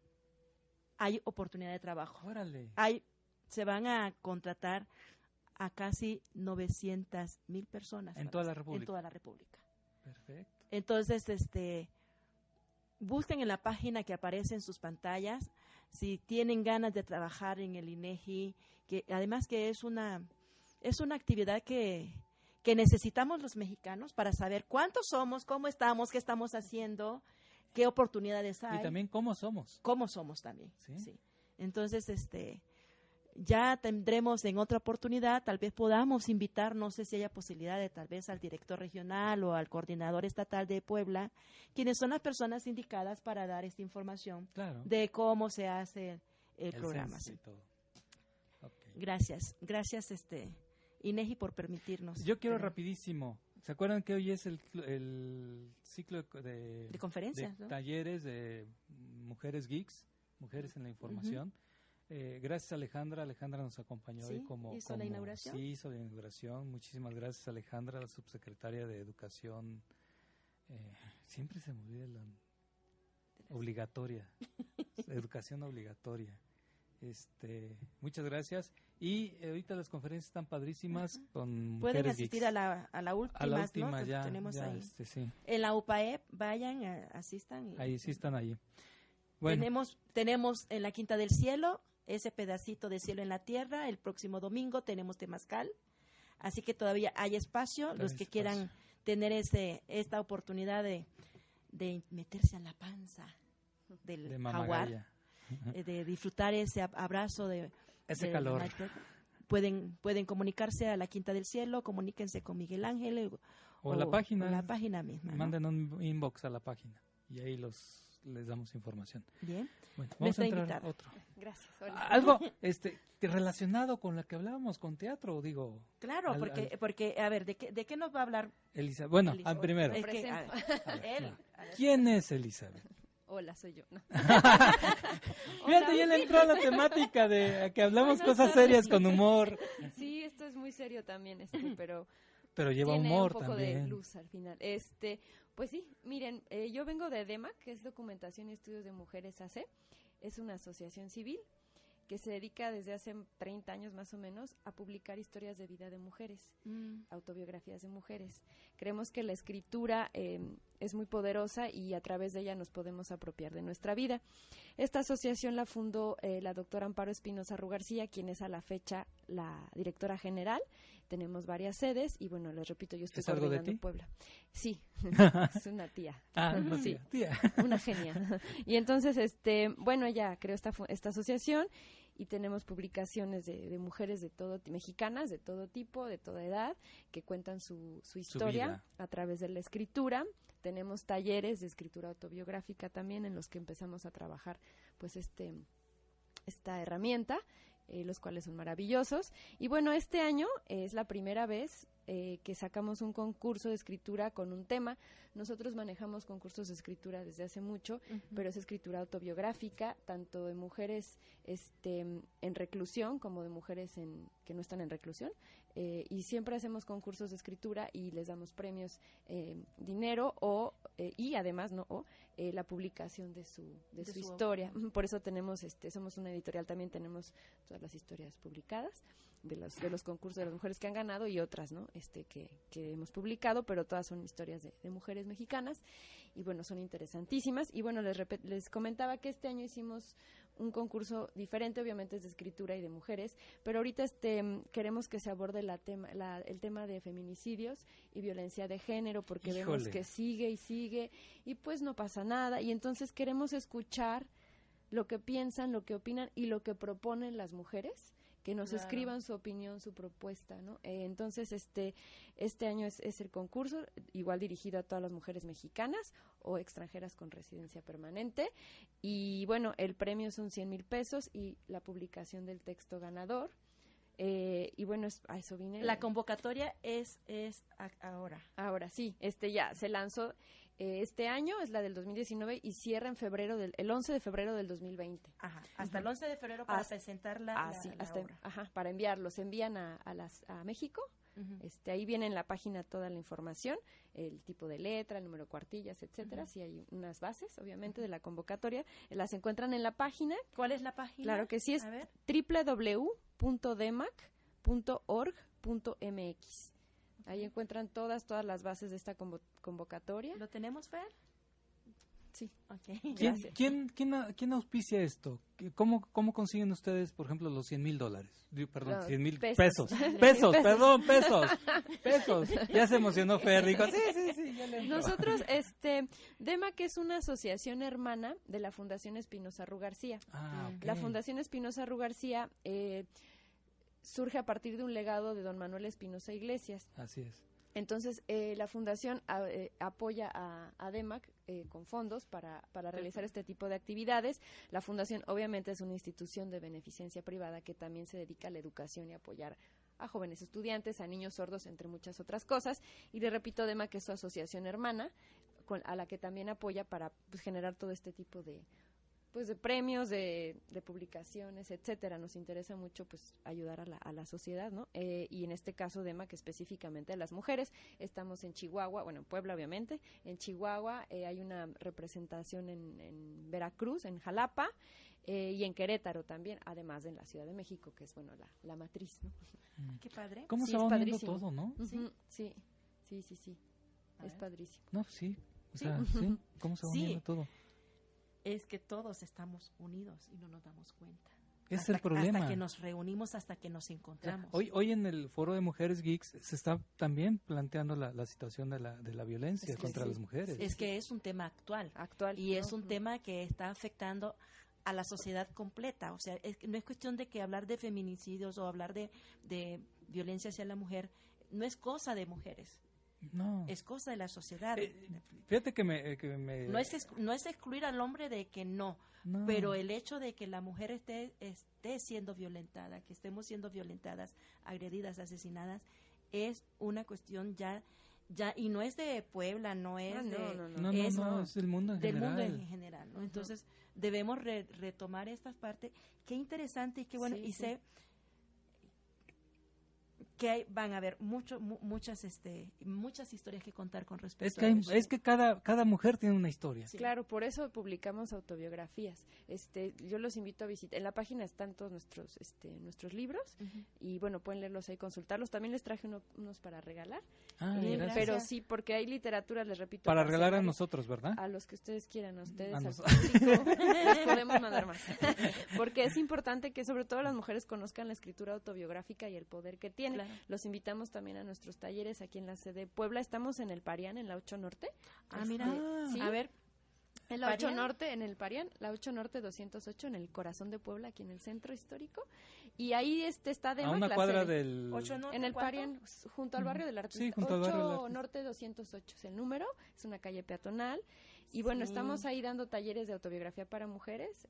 Hay oportunidad de trabajo. Órale. Se van a contratar a casi 900,000 personas. En toda la República. En toda la República. Perfecto. Entonces, busquen en la página que aparece en sus pantallas, si tienen ganas de trabajar en el INEGI, que además que es una actividad que necesitamos los mexicanos para saber cuántos somos, cómo estamos, qué estamos haciendo, qué oportunidades hay. Y también cómo somos. Cómo somos también. Sí. Entonces, ya tendremos en otra oportunidad, tal vez podamos invitar, no sé si haya posibilidad de tal vez al director regional o al coordinador estatal de Puebla, quienes son las personas indicadas para dar esta información de cómo se hace el programa. Sí. Okay. Gracias, INEGI, por permitirnos. Yo quiero rapidísimo. ¿Se acuerdan que hoy es el ciclo de conferencias, de ¿no? talleres de mujeres geeks, mujeres en la información? Gracias a Alejandra nos acompañó hoy como la inauguración. Sí, hizo la inauguración. Muchísimas gracias, Alejandra, la subsecretaria de Educación. Siempre se me olvida la obligatoria, educación obligatoria. Muchas gracias. Y ahorita las conferencias están padrísimas con pueden mujeres asistir geeks. a la última, ¿no? Ya tenemos ahí. Sí. En la UPAEP, vayan, asistan. Ahí sí están ahí. Bueno. Tenemos en la Quinta del Cielo ese pedacito de cielo en la tierra. El próximo domingo tenemos Temazcal, así que todavía hay espacio. Los que quieran tener esta oportunidad de meterse a la panza del jaguar, de disfrutar ese abrazo de calor. Pueden comunicarse a la Quinta del Cielo, comuníquense con Miguel Ángel o la página. La página misma. Manden un inbox a la página y ahí les damos información. Bien. Bueno, vamos a entrar a otro. Gracias. Hola. Algo relacionado con lo que hablábamos con teatro, digo. Claro, porque a ver, ¿de qué nos va a hablar Elizabeth? Bueno, primero. ¿Quién es Elizabeth? Hola, soy yo. No. Fíjate, ya le entró a la temática de que hablamos cosas serias con humor. Sí, esto es muy serio también, pero lleva humor un poco también. de luz al final. Pues sí, miren, yo vengo de DEMAC, que es Documentación y Estudios de Mujeres AC. Es una asociación civil que se dedica desde hace 30 años más o menos a publicar historias de vida de mujeres, autobiografías de mujeres. Creemos que la escritura es muy poderosa y a través de ella nos podemos apropiar de nuestra vida. Esta asociación la fundó la doctora Amparo Espinosa Rugarcía, quien es a la fecha la directora general. tenemos varias sedes y bueno, les repito, yo estoy ¿Es algo de coordinando ti? Puebla. Sí, es una tía. Una Sí, tía. una genia. Y entonces, bueno, ella creó esta asociación y tenemos publicaciones de mujeres de todo, mexicanas de todo tipo, de toda edad, que cuentan su historia a través de la escritura. Tenemos talleres de escritura autobiográfica también en los que empezamos a trabajar pues esta herramienta, los cuales son maravillosos. Y bueno, este año es la primera vez que sacamos un concurso de escritura con un tema. Nosotros manejamos concursos de escritura desde hace mucho, pero es escritura autobiográfica, tanto de mujeres en reclusión como de mujeres que no están en reclusión. Y siempre hacemos concursos de escritura y les damos premios, dinero y además la publicación de su historia. Por eso tenemos somos una editorial, también tenemos todas las historias publicadas de los concursos de las mujeres que han ganado y otras, ¿no? Que hemos publicado, pero todas son historias de mujeres mexicanas y bueno, son interesantísimas. Y bueno, les comentaba que este año hicimos un concurso diferente, obviamente es de escritura y de mujeres, pero ahorita queremos que se aborde el tema de feminicidios y violencia de género, porque vemos que sigue y pues no pasa nada, y entonces queremos escuchar lo que piensan, lo que opinan y lo que proponen las mujeres, que nos escriban su opinión, su propuesta, ¿no? Entonces, este año es el concurso, igual dirigido a todas las mujeres mexicanas o extranjeras con residencia permanente. Y bueno, el premio son 100,000 pesos y la publicación del texto ganador. Y bueno, a eso vine. La convocatoria es ahora. Ahora, sí, ya se lanzó este año, es la del 2019 y cierra en el 11 de febrero del 2020. Ajá, hasta el 11 de febrero para presentar la obra. Ajá, para enviarlos. Envían a México. Ahí viene en la página toda la información, el tipo de letra, el número de cuartillas, etcétera. Sí, hay unas bases, obviamente, de la convocatoria. Las encuentran en la página. ¿Cuál es la página? Claro que sí, es www.demac.org.mx. Ahí encuentran todas las bases de esta convocatoria. ¿Lo tenemos, Fer? Sí. Okay. ¿Quién auspicia esto? ¿Cómo consiguen ustedes, por ejemplo, los $100,000? Perdón, 100,000 pesos. Pesos. Ya se emocionó Fer, dijo, sí. Nosotros, DEMAC es una asociación hermana de la Fundación Espinosa Rú García. Okay. La Fundación Espinosa Rú García surge a partir de un legado de don Manuel Espinosa Iglesias. Así es. Entonces, la Fundación apoya a DEMAC con fondos para realizar este tipo de actividades. La Fundación, obviamente, es una institución de beneficencia privada que también se dedica a la educación y apoyar a jóvenes estudiantes, a niños sordos, entre muchas otras cosas. Y le repito, DEMAC es su asociación hermana, a la que también apoya para generar todo este tipo de premios, de publicaciones, etcétera. Nos interesa mucho ayudar a la sociedad, ¿no? Y en este caso DEMAC específicamente a las mujeres. Estamos en Chihuahua, bueno, en Puebla obviamente, en Chihuahua hay una representación en Veracruz, en Jalapa, y en Querétaro también, además de en la Ciudad de México, que es la matriz, ¿no? Qué padre. ¿Cómo se va uniendo todo, no? Sí. Es padrísimo. No, sí. O sea, sí. ¿Cómo se va uniendo todo? Es que todos estamos unidos y no nos damos cuenta. Es el problema. Hasta que nos reunimos, hasta que nos encontramos. Hoy en el foro de Mujeres Geeks se está también planteando la situación de la violencia contra las mujeres. Es que es un tema actual. Y es un tema que está afectando a la sociedad completa. O sea, no es cuestión de que hablar de feminicidios o hablar de violencia hacia la mujer, no es cosa de mujeres. No. Es cosa de la sociedad. Fíjate que no es excluir al hombre de que no, pero el hecho de que la mujer esté siendo violentada, que estemos siendo violentadas, agredidas, asesinadas, es una cuestión ya y no es de Puebla, no es es del mundo en general. ¿no? Entonces debemos retomar estas partes. Qué interesante y qué bueno. Y sé que van a haber muchas historias que contar con respecto a eso. Es que cada mujer tiene una historia. Sí. Claro, por eso publicamos autobiografías. Yo los invito a visitar. En la página están todos nuestros libros y bueno, pueden leerlos ahí, consultarlos. También les traje unos para regalar. Pero sí, porque hay literatura, les repito. Para regalar a nosotros, ¿verdad? A los que ustedes quieran, a ustedes, al público. Les podemos mandar más. Porque es importante que sobre todo las mujeres conozcan la escritura autobiográfica y el poder que tiene. Claro. Los invitamos también a nuestros talleres aquí en la sede Puebla. Estamos en el Parián, en la 8 Norte. Mira, sí. A ver. En la 8 Norte, en el Parián, la 8 Norte 208, en el corazón de Puebla, aquí en el centro histórico. Y ahí está DEMAC. A una cuadra del... 8 Norte, en el Parián, junto al barrio del Artista. Sí, junto al barrio del Artista. Norte 208 es el número, es una calle peatonal. Y bueno, estamos ahí dando talleres de autobiografía para mujeres.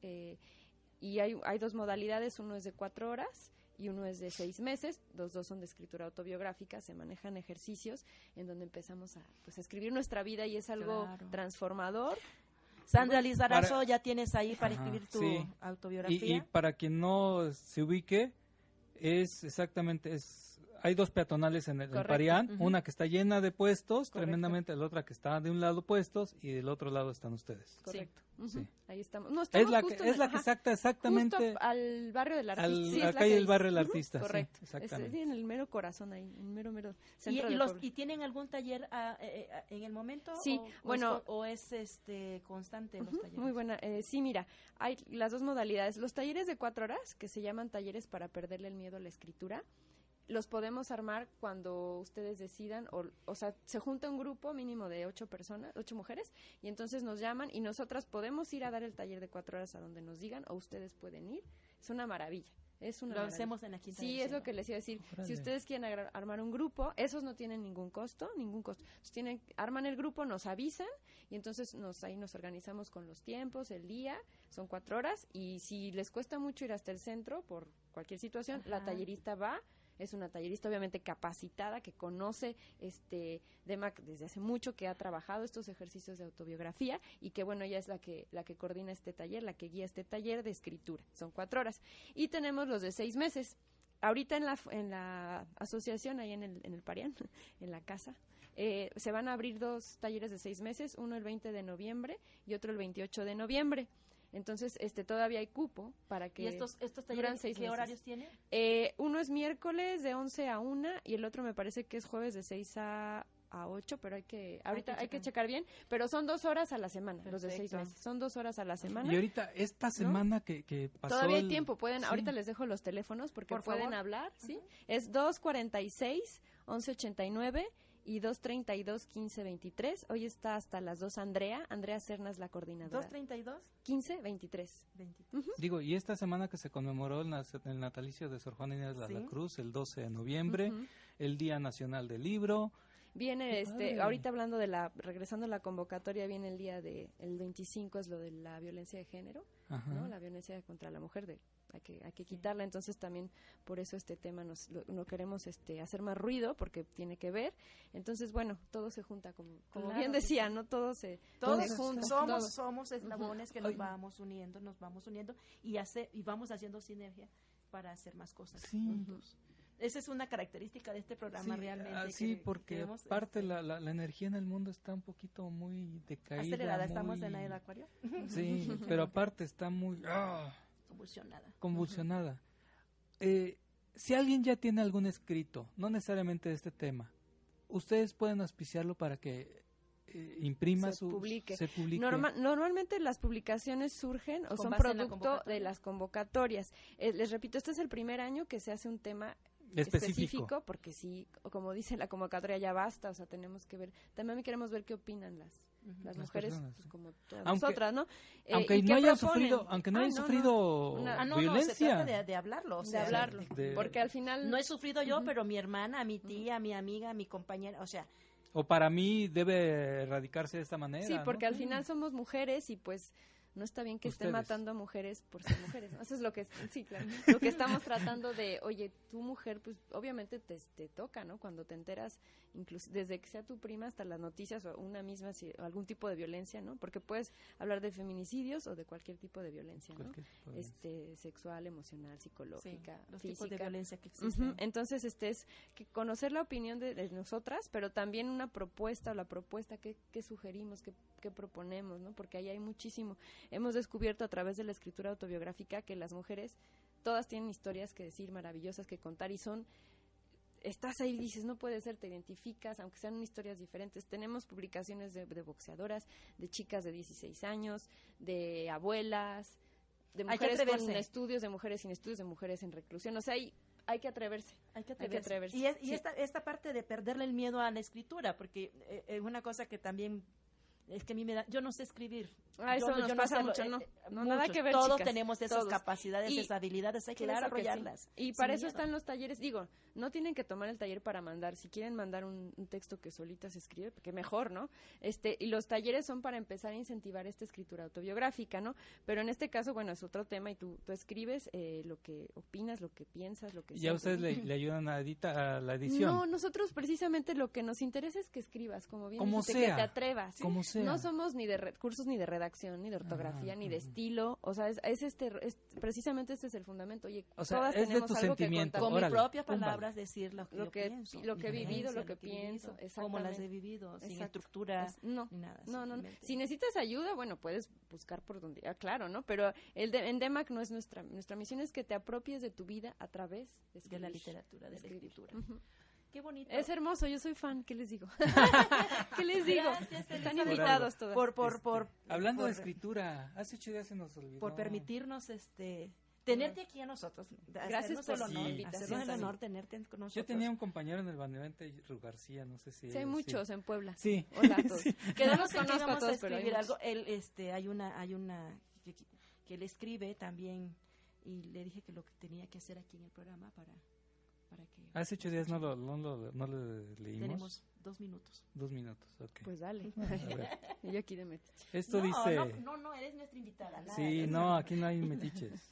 Y hay 2 modalidades, uno es de 4 horas y uno es de 6 meses. Los dos son de escritura autobiográfica, se manejan ejercicios en donde empezamos a escribir nuestra vida y es algo transformador. Sandra Lizarazo, ya tienes ahí para escribir tu autobiografía. Y para quien no se ubique, es exactamente, hay 2 peatonales en el Parián, una que está llena de puestos, tremendamente, la otra que está de un lado puestos y del otro lado están ustedes. Correcto. Sí. Ahí estamos. No, estamos es la que exactamente justo al barrio del Artista. Sí, la calle del barrio del Artista. Correcto. Sí, exactamente. En el mero corazón ahí, en el mero centro de ¿Y tienen algún taller en el momento? Sí, ¿O es constante los talleres? Muy buena. Sí, mira, hay las 2 modalidades. Los talleres de 4 horas, que se llaman talleres para perderle el miedo a la escritura, los podemos armar cuando ustedes decidan, o sea, se junta un grupo mínimo de 8 mujeres, y entonces nos llaman y nosotras podemos ir a dar el taller de 4 horas a donde nos digan, o ustedes pueden ir. Es una maravilla. Lo hacemos en la Quinta del Sí, Cielo. es lo que les iba a decir. Si ustedes quieren armar un grupo, esos no tienen ningún costo. Entonces arman el grupo, nos avisan y entonces ahí nos organizamos con los tiempos, el día, son 4 horas y si les cuesta mucho ir hasta el centro por cualquier situación, la tallerista va. Es una tallerista obviamente capacitada que conoce DEMAC desde hace mucho, que ha trabajado estos ejercicios de autobiografía y que bueno, ella es la que coordina este taller, la que guía este taller de escritura. Son 4 horas. Y tenemos los de 6 meses. Ahorita en la asociación, ahí en el Parián, en la casa, se van a abrir 2 talleres de 6 meses, uno el 20 de noviembre y otro el 28 de noviembre. Entonces, todavía hay cupo para que... ¿Y estos talleres qué horarios tienen? Uno es miércoles de 11 a 1 y el otro me parece que es jueves de 6 a 8, pero hay que checar bien. Pero son 2 horas a la semana, los de 6 meses. Son 2 horas a la semana. Y ahorita, esta semana que pasó... Todavía hay tiempo, ahorita les dejo los teléfonos porque pueden hablar, ¿sí? Es 246-1189 y 232-1523. Hoy está hasta las 2 Andrea Cernas, la coordinadora. ¿232? 1523. Digo, y esta semana que se conmemoró el natalicio de Sor Juana Inés de la Cruz, el 12 de noviembre, el Día Nacional del Libro. Viene, ahorita hablando regresando a la convocatoria, viene el día el 25, es lo de la violencia de género, ¿no? La violencia contra la mujer, hay que quitarla, entonces también por eso este tema no queremos hacer más ruido, porque tiene que ver, entonces bueno, todo se junta, como bien decía, ¿no? Todo se junta. Somos eslabones que nos vamos uniendo y vamos haciendo sinergia para hacer más cosas juntos. Esa es una característica de este programa realmente. Sí, porque aparte la energía en el mundo está un poquito muy decaída. Acelerada, estamos en el acuario. Sí, pero aparte está muy... Convulsionada. Si alguien ya tiene algún escrito, no necesariamente de este tema, ustedes pueden auspiciarlo para que imprima se publique. Normalmente las publicaciones surgen o son producto de las convocatorias. Les repito, este es el primer año que se hace un tema específico, porque sí, como dice la convocatoria, ya basta, o sea, tenemos que ver, también queremos ver qué opinan las mujeres, personas, pues, como todas nosotras, ¿no? Aunque no hayan sufrido, violencia. Se trata de hablarlo, porque al final no he sufrido yo, pero mi hermana, mi tía, mi amiga, mi compañera, o sea, o para mí debe erradicarse de esta manera. Sí, porque ¿no? al final somos mujeres y pues no está bien que estén matando a mujeres por ser mujeres, ¿no? Eso es lo que lo que estamos tratando de, oye, tu mujer, pues obviamente te toca, ¿no? Cuando te enteras, incluso desde que sea tu prima hasta las noticias o una misma, o algún tipo de violencia, ¿no? Porque puedes hablar de feminicidios o de cualquier tipo de violencia, ¿no? Sexual, emocional, psicológica, los física. tipos de violencia que existen. Entonces, es que conocer la opinión de nosotras, pero también una propuesta o la propuesta que sugerimos, que proponemos, ¿no? Porque ahí hay muchísimo. Hemos descubierto a través de la escritura autobiográfica que las mujeres todas tienen historias que decir, maravillosas que contar, y estás ahí y dices, no puede ser, te identificas, aunque sean historias diferentes. Tenemos publicaciones de boxeadoras, de chicas de 16 años, de abuelas, de mujeres con estudios, de mujeres sin estudios, de mujeres en reclusión. O sea, hay que atreverse. Hay que atreverse. Y esta parte de perderle el miedo a la escritura, porque es una cosa que también es que a mí me da, yo no sé escribir. Eso nos pasa mucho, no nada que ver, todos chicas, tenemos esas capacidades, esas habilidades, hay que desarrollarlas. Sí. Y para eso están los talleres, digo, no tienen que tomar el taller para mandar, si quieren mandar un texto que solitas escribe, porque mejor, ¿no? Y los talleres son para empezar a incentivar esta escritura autobiográfica, ¿no? Pero en este caso, bueno, es otro tema y tú escribes lo que opinas, lo que piensas, lo que ¿Ya ustedes le ayudan a la edición? No, nosotros precisamente lo que nos interesa es que escribas, como bien dijiste, que te atrevas. Como sea. No somos ni de cursos ni de redacción, ni de ortografía, ni de estilo, o sea, precisamente este es el fundamento. Oye, o sea, todas es tenemos de tu algo sentimiento. que contar. Con mis propias púmbale. Palabras decir lo que pienso. Lo que he vivido, lo que pienso, como las he vivido, sin estructura, ni nada. No. Si necesitas ayuda, bueno, puedes buscar por donde, claro, ¿no? Pero en DEMAC no es nuestra misión es que te apropies de tu vida a través de la literatura, de la escritura. Qué bonito. Es hermoso, yo soy fan, ¿qué les digo? ¿Qué les digo? Gracias, están invitados todos. Hablando de escritura, hace 8 días se nos olvidó. Por permitirnos tenerte aquí a nosotros. Gracias por la invitación. Hacernos el honor tenerte con nosotros. Yo tenía un compañero en el Bandeirante, García, no sé si... Sí, hay muchos en Puebla. Sí. Hola a todos. Sí. Que no nos conozco a todos, pero escribir algo. Él, hay una que él escribe también, y le dije que lo que tenía que hacer aquí en el programa para que... Hace 8 días no lo leímos. Tenemos 2 minutos. 2 minutos, ok. Pues dale. Y yo aquí de metiche. Esto dice... No, eres nuestra invitada. Sí, no, aquí no hay metiches.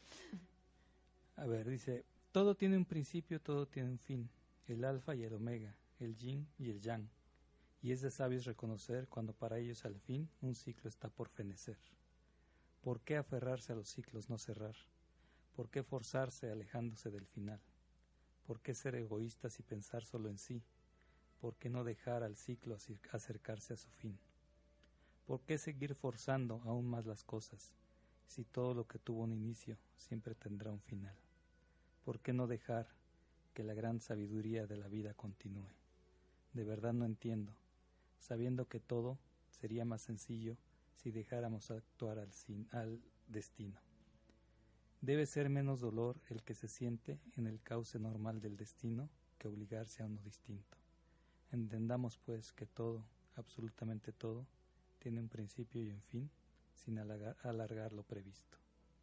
A ver, dice, todo tiene un principio, todo tiene un fin, el alfa y el omega, el yin y el yang. Y es de sabios reconocer cuando para ellos al fin un ciclo está por fenecer. ¿Por qué aferrarse a los ciclos, no cerrar? ¿Por qué forzarse alejándose del final? ¿Por qué ser egoístas y pensar solo en sí? ¿Por qué no dejar al ciclo acercarse a su fin? ¿Por qué seguir forzando aún más las cosas, si todo lo que tuvo un inicio siempre tendrá un final? ¿Por qué no dejar que la gran sabiduría de la vida continúe? De verdad no entiendo, sabiendo que todo sería más sencillo si dejáramos actuar al destino. Debe ser menos dolor el que se siente en el cauce normal del destino que obligarse a uno distinto. Entendamos pues que todo, absolutamente todo, tiene un principio y un fin, sin alargar lo previsto.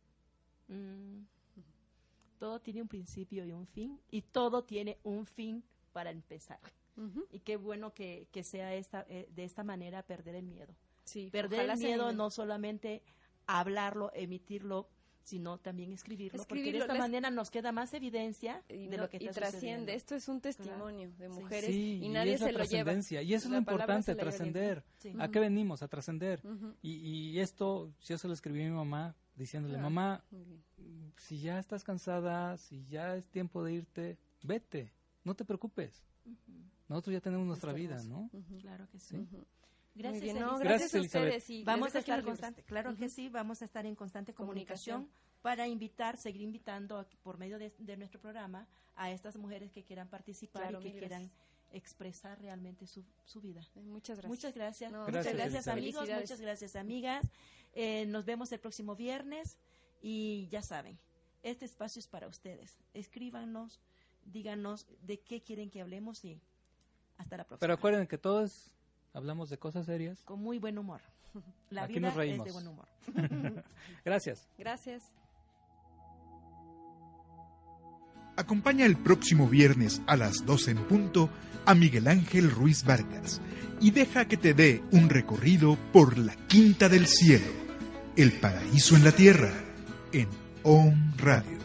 Todo tiene un principio y un fin, y todo tiene un fin para empezar. Y qué bueno que sea de esta manera perder el miedo. Sí, perder el miedo, no solamente hablarlo, emitirlo, sino también escribirlo, porque de esta manera nos queda más evidencia de lo que está trasciende. Esto es un testimonio de mujeres y nadie se lo lleva. Y eso es lo importante, trascender. ¿A qué venimos? A trascender. Y esto, yo se lo escribí a mi mamá, diciéndole, mamá, si ya estás cansada, si ya es tiempo de irte, vete, no te preocupes. Nosotros ya tenemos nuestra vida, ¿no? Claro que sí. Gracias, bien, gracias a ustedes. Y vamos a estar claro que sí, vamos a estar en constante comunicación para seguir invitando por medio de nuestro programa a estas mujeres que quieran participar y que quieran expresar realmente su vida. Muchas gracias. Muchas gracias. Muchas gracias amigos, muchas gracias amigas. Nos vemos el próximo viernes y ya saben, este espacio es para ustedes. Escríbanos, díganos de qué quieren que hablemos y hasta la próxima. Pero acuerden que todos hablamos de cosas serias. Con muy buen humor. La Aquí vida nos reímos. es de buen humor. Gracias. Gracias. Acompaña el próximo viernes a las 12 en punto a Miguel Ángel Ruiz Vargas y deja que te dé un recorrido por la Quinta del Cielo, el paraíso en la tierra, en OM Radio.